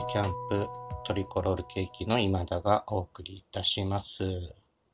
キャンプトリコロールケーキの今田がお送りいたします。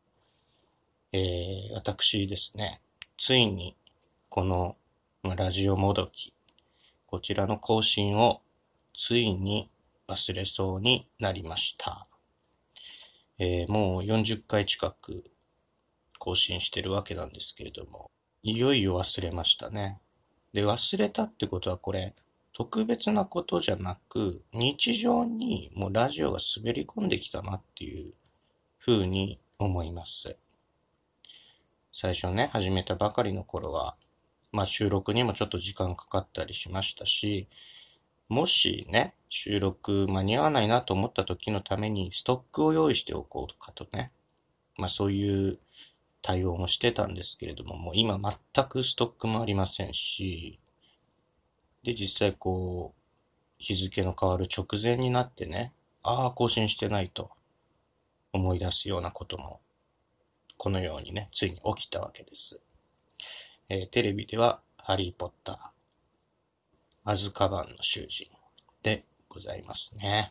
私ですね、ついにこのラジオもどき、こちらの更新をついに忘れそうになりました。もう40回近く更新してるわけなんですけれども、いよいよ忘れましたね。で、忘れたってことはこれ、特別なことじゃなく、日常にもうラジオが滑り込んできたなっていう風に思います。最初ね、始めたばかりの頃は、収録にもちょっと時間かかったりしましたし、もしね、収録間に合わないなと思った時のためにストックを用意しておこうかとね、そういう対応もしてたんですけれども、もう今全くストックもありませんし、で、実際日付の変わる直前になってね、ああ、更新してないと思い出すようなことも、このようにね、ついに起きたわけです。テレビでは、ハリーポッター、アズカバンの囚人でございますね。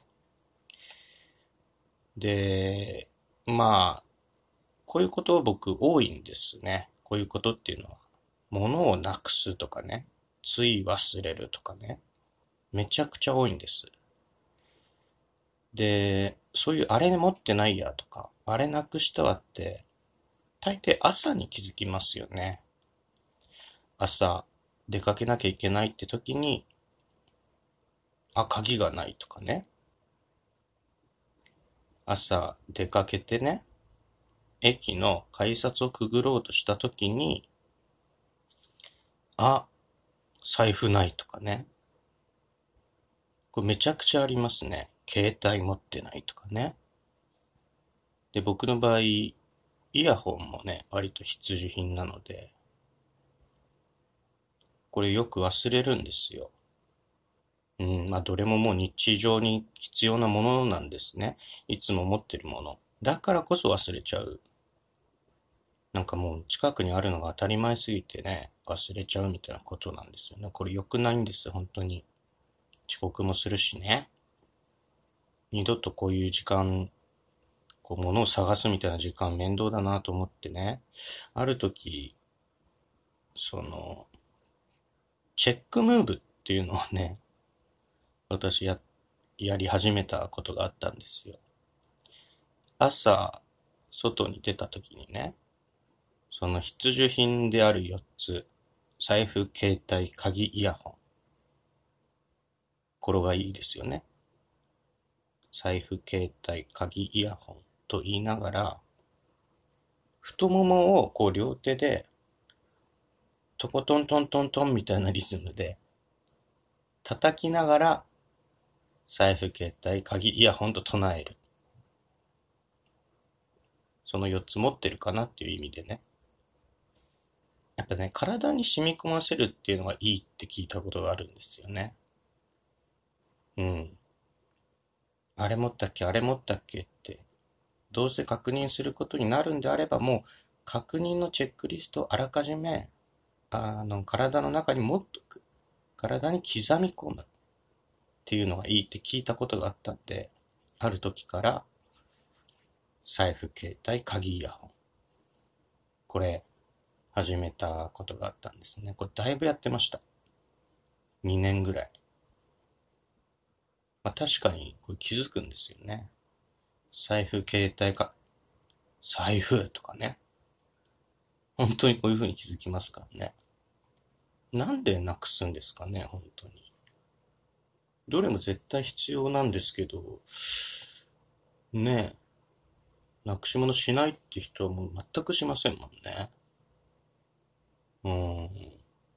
で、こういうこと僕多いんですね。こういうことっていうのは、物をなくすとかね、つい忘れるとかね、めちゃくちゃ多いんです。で、そういうあれ持ってないやとか、あれなくしたわって、大抵朝に気づきますよね。朝、出かけなきゃいけないって時に、鍵がないとかね。朝、出かけてね、駅の改札をくぐろうとした時に、あ、財布ないとかね。これめちゃくちゃありますね。携帯持ってないとかね。で、僕の場合、イヤホンもね、割と必需品なので、これよく忘れるんですよ。どれももう日常に必要なものなんですね。いつも持ってるもの。だからこそ忘れちゃう。なんかもう近くにあるのが当たり前すぎてね、忘れちゃうみたいなことなんですよね。これ良くないんです、本当に。遅刻もするしね。二度とこういう時間、物を探すみたいな時間面倒だなと思ってね。ある時、その、チェックムーブっていうのをね、私やり始めたことがあったんですよ。朝、外に出た時にね、その必需品である4つ、財布、携帯、鍵、イヤホン。これがいいですよね。財布、携帯、鍵、イヤホンと言いながら、太ももを両手で、トコトントントントンみたいなリズムで、叩きながら、財布、携帯、鍵、イヤホンと唱える。その4つ持ってるかなっていう意味でね。やっぱね、体に染み込ませるっていうのがいいって聞いたことがあるんですよね。うん。あれ持ったっけ、あれ持ったっけって、どうせ確認することになるんであれば、もう確認のチェックリストをあらかじめ、体の中に持っとく。体に刻み込むっていうのがいいって聞いたことがあったんで、ある時から、財布、携帯、鍵、イヤホン。これ、始めたことがあったんですね。これだいぶやってました。2年ぐらい。確かに、これ気づくんですよね。財布、携帯か、財布とかね。本当にこういう風に気づきますからね。なんでなくすんですかね、本当に。どれも絶対必要なんですけど、ねなくし物しないって人はもう全くしませんもんね。うん。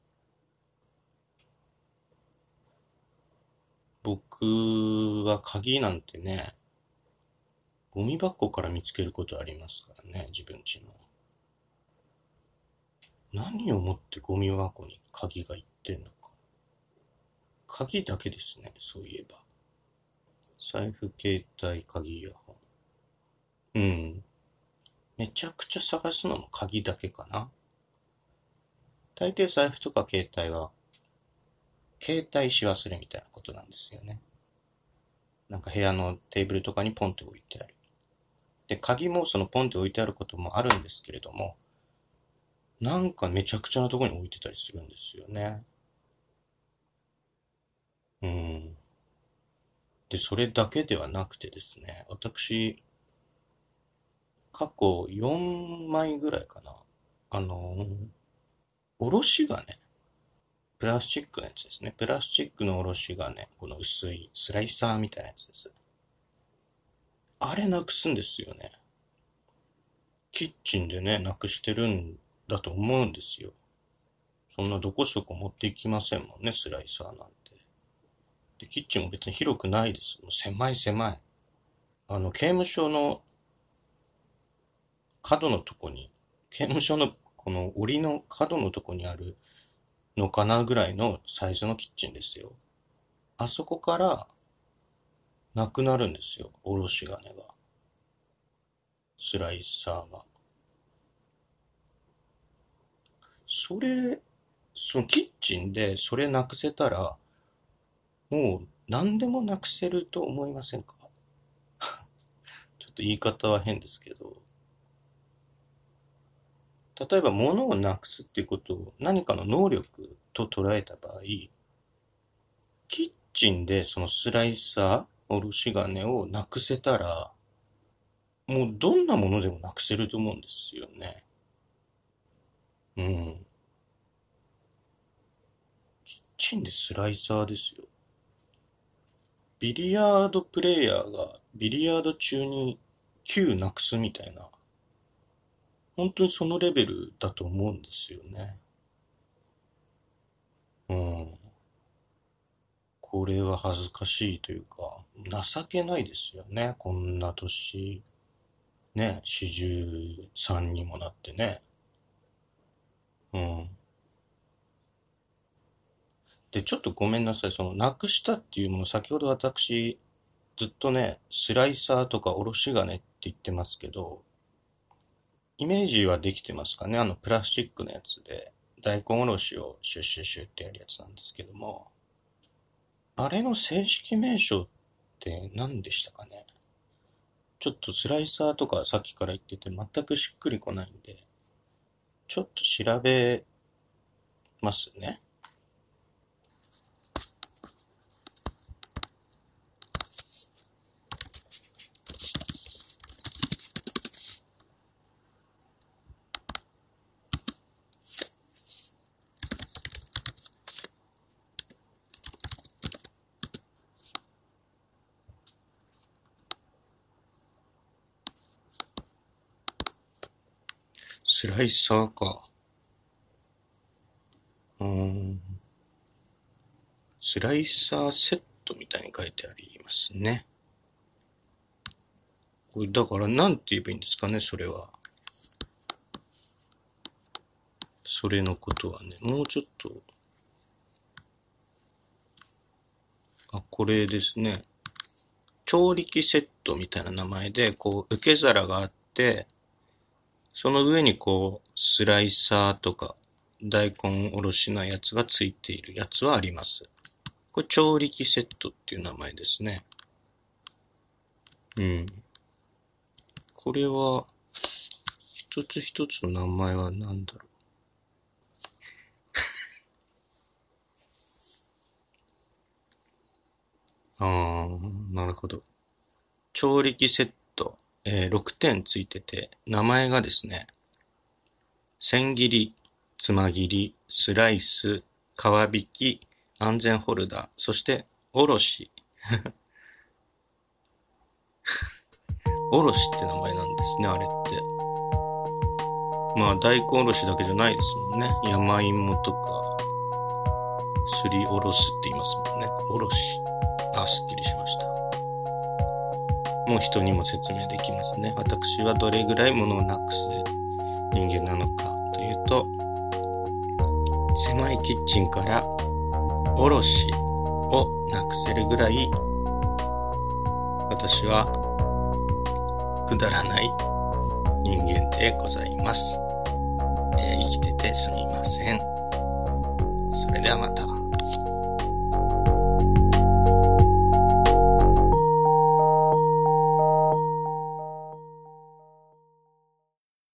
僕は鍵なんてね、ゴミ箱から見つけることありますからね、自分家の。何をもってゴミ箱に鍵がいってんのか。鍵だけですね、そういえば。財布、携帯、鍵、イヤホン。うん。めちゃくちゃ探すのも鍵だけかな。大抵財布とか携帯は、携帯し忘れみたいなことなんですよね。 なんか部屋のテーブルとかにポンって置いてある。で、鍵もそのポンって置いてあることもあるんですけれども、なんかめちゃくちゃなところに置いてたりするんですよね。うん。で、それだけではなくてですね、私、過去4枚ぐらいかな。あのおろし金。プラスチックのやつですね。プラスチックのおろし金。この薄いスライサーみたいなやつです。あれなくすんですよね。キッチンでね、なくしてるんだと思うんですよ。そんなどこそこ持っていきませんもんね、スライサーなんて。で、キッチンも別に広くないです。もう狭い狭い。刑務所の角のとこに、刑務所のこの檻の角のとこにあるのかなぐらいのサイズのキッチンですよ。あそこからなくなるんですよ、おろし金が。スライサーが。それ、そのキッチンでそれなくせたら、もう何でもなくせると思いませんか？ちょっと言い方は変ですけど、例えば物をなくすっていうことを何かの能力と捉えた場合、キッチンでそのスライサー、おろし金をなくせたら、もうどんなものでもなくせると思うんですよね。うん。キッチンでスライサーですよ。ビリヤードプレイヤーがビリヤード中に球なくすみたいな、本当にそのレベルだと思うんですよね。うん。これは恥ずかしいというか、情けないですよね。こんな年、ね、43にもなってね。うん。で、ちょっとごめんなさい。その、なくしたっていうもの、先ほど私、ずっとね、スライサーとかおろし金って言ってますけど、イメージはできてますかね？プラスチックのやつで、大根おろしをシュッシュッシュッってやるやつなんですけども、あれの正式名称って何でしたかね？ちょっとスライサーとかさっきから言ってて全くしっくりこないんで、ちょっと調べますね。スライサーか。うーん。スライサーセットみたいに書いてありますね。これだからなんて言えばいいんですかね、それは。それのことはね、もうちょっと、これですね。調理器セットみたいな名前で、こう、受け皿があって、その上にこう、スライサーとか、大根おろしのやつがついているやつはあります。これ調理器セットっていう名前ですね。うん。これは、一つ一つの名前は何だろう。なるほど。調理器セット、6点ついてて、名前がですね、千切り、つま切り、スライス、皮引き、安全ホルダー、そして、おろし。おろしって名前なんですね、あれって。まあ、大根おろしだけじゃないですもんね。山芋とか、すりおろすって言いますもんね。おろし。すっきりしました。もう人にも説明できますね。私はどれぐらい物をなくす人間なのかというと、狭いキッチンからおろしをなくせるぐらい、私はくだらない人間でございます。生きててすみません。それではまた。